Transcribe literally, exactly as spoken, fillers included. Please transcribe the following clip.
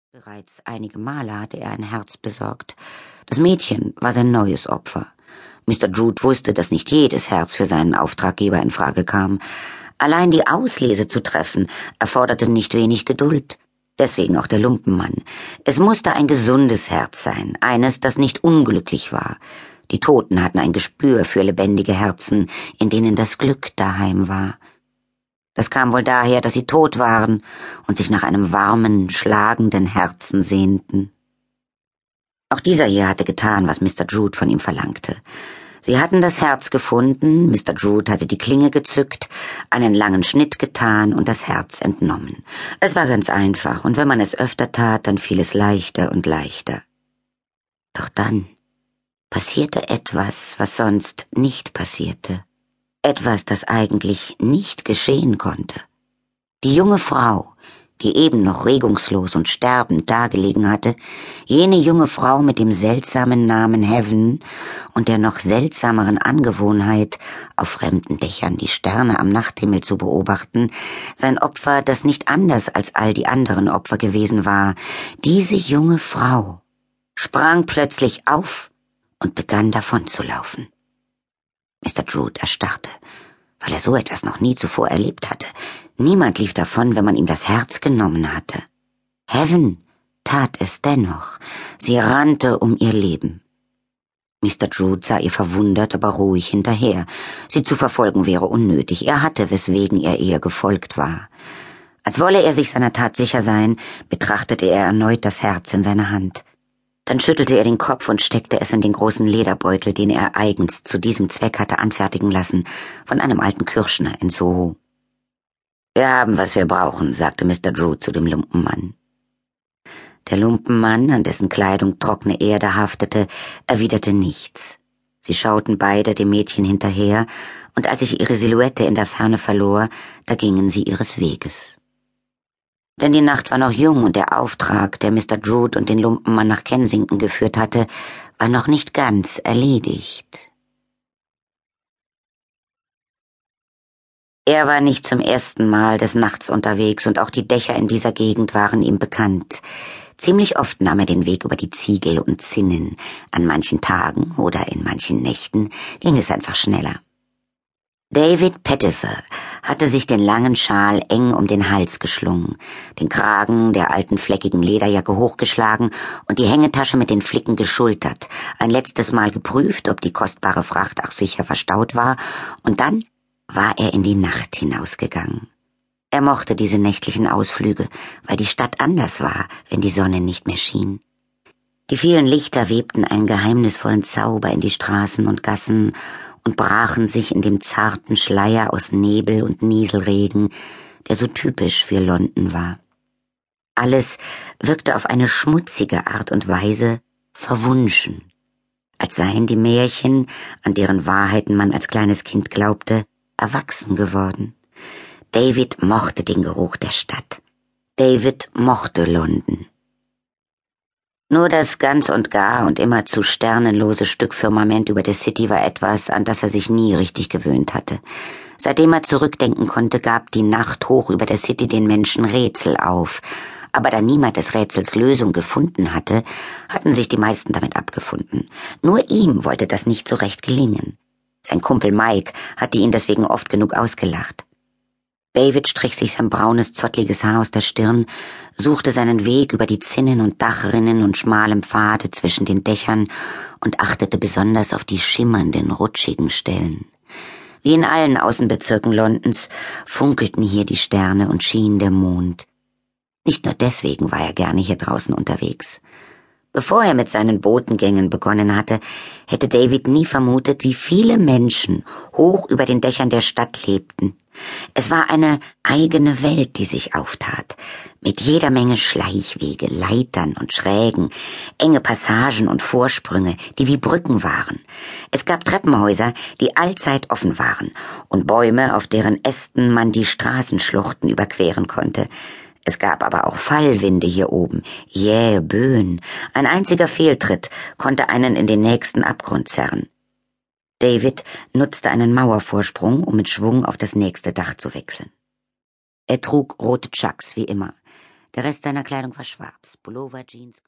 Bereits einige Male hatte er ein Herz besorgt. Das Mädchen war sein neues Opfer. Mister Drude wusste, dass nicht jedes Herz für seinen Auftraggeber in Frage kam. Allein die Auslese zu treffen, erforderte nicht wenig Geduld. Deswegen auch der Lumpenmann. Es musste ein gesundes Herz sein, eines, das nicht unglücklich war. Die Toten hatten ein Gespür für lebendige Herzen, in denen das Glück daheim war. Das kam wohl daher, dass sie tot waren und sich nach einem warmen, schlagenden Herzen sehnten. Auch dieser hier hatte getan, was Mister Drude von ihm verlangte. Sie hatten das Herz gefunden, Mister Drude hatte die Klinge gezückt, einen langen Schnitt getan und das Herz entnommen. Es war ganz einfach, und wenn man es öfter tat, dann fiel es leichter und leichter. Doch dann passierte etwas, was sonst nicht passierte. Etwas, das eigentlich nicht geschehen konnte. Die junge Frau, die eben noch regungslos und sterbend dagelegen hatte, jene junge Frau mit dem seltsamen Namen Heaven und der noch seltsameren Angewohnheit, auf fremden Dächern die Sterne am Nachthimmel zu beobachten, sein Opfer, das nicht anders als all die anderen Opfer gewesen war, diese junge Frau sprang plötzlich auf und begann davonzulaufen. Mister Drude erstarrte, weil er so etwas noch nie zuvor erlebt hatte. Niemand lief davon, wenn man ihm das Herz genommen hatte. Heaven tat es dennoch. Sie rannte um ihr Leben. Mister Drude sah ihr verwundert, aber ruhig hinterher. Sie zu verfolgen wäre unnötig. Er hatte, weswegen er ihr gefolgt war. Als wolle er sich seiner Tat sicher sein, betrachtete er erneut das Herz in seiner Hand. Dann schüttelte er den Kopf und steckte es in den großen Lederbeutel, den er eigens zu diesem Zweck hatte anfertigen lassen, von einem alten Kürschner in Soho. »Wir haben, was wir brauchen«, sagte Mister Drude zu dem Lumpenmann. Der Lumpenmann, an dessen Kleidung trockene Erde haftete, erwiderte nichts. Sie schauten beide dem Mädchen hinterher, und als sich ihre Silhouette in der Ferne verlor, da gingen sie ihres Weges. Denn die Nacht war noch jung und der Auftrag, der Mister Drude und den Lumpenmann nach Kensington geführt hatte, war noch nicht ganz erledigt. Er war nicht zum ersten Mal des Nachts unterwegs und auch die Dächer in dieser Gegend waren ihm bekannt. Ziemlich oft nahm er den Weg über die Ziegel und Zinnen. An manchen Tagen oder in manchen Nächten ging es einfach schneller. David Pettifer hatte sich den langen Schal eng um den Hals geschlungen, den Kragen der alten fleckigen Lederjacke hochgeschlagen und die Hängetasche mit den Flicken geschultert, ein letztes Mal geprüft, ob die kostbare Fracht auch sicher verstaut war, und dann war er in die Nacht hinausgegangen. Er mochte diese nächtlichen Ausflüge, weil die Stadt anders war, wenn die Sonne nicht mehr schien. Die vielen Lichter webten einen geheimnisvollen Zauber in die Straßen und Gassen und brachen sich in dem zarten Schleier aus Nebel und Nieselregen, der so typisch für London war. Alles wirkte auf eine schmutzige Art und Weise verwunschen, als seien die Märchen, an deren Wahrheiten man als kleines Kind glaubte, erwachsen geworden. David mochte den Geruch der Stadt. David mochte London. Nur das ganz und gar und immerzu sternenlose Stück Firmament über der City war etwas, an das er sich nie richtig gewöhnt hatte. Seitdem er zurückdenken konnte, gab die Nacht hoch über der City den Menschen Rätsel auf. Aber da niemand des Rätsels Lösung gefunden hatte, hatten sich die meisten damit abgefunden. Nur ihm wollte das nicht so recht gelingen. Sein Kumpel Mike hatte ihn deswegen oft genug ausgelacht. David strich sich sein braunes, zottliges Haar aus der Stirn, suchte seinen Weg über die Zinnen und Dachrinnen und schmalem Pfade zwischen den Dächern und achtete besonders auf die schimmernden, rutschigen Stellen. Wie in allen Außenbezirken Londons funkelten hier die Sterne und schien der Mond. Nicht nur deswegen war er gerne hier draußen unterwegs. Bevor er mit seinen Botengängen begonnen hatte, hätte David nie vermutet, wie viele Menschen hoch über den Dächern der Stadt lebten. Es war eine eigene Welt, die sich auftat, mit jeder Menge Schleichwege, Leitern und Schrägen, enge Passagen und Vorsprünge, die wie Brücken waren. Es gab Treppenhäuser, die allzeit offen waren, und Bäume, auf deren Ästen man die Straßenschluchten überqueren konnte. Es gab aber auch Fallwinde hier oben, jähe Böen. Ein einziger Fehltritt konnte einen in den nächsten Abgrund zerren. David nutzte einen Mauervorsprung, um mit Schwung auf das nächste Dach zu wechseln. Er trug rote Chucks, wie immer. Der Rest seiner Kleidung war schwarz, Pullover, Jeans.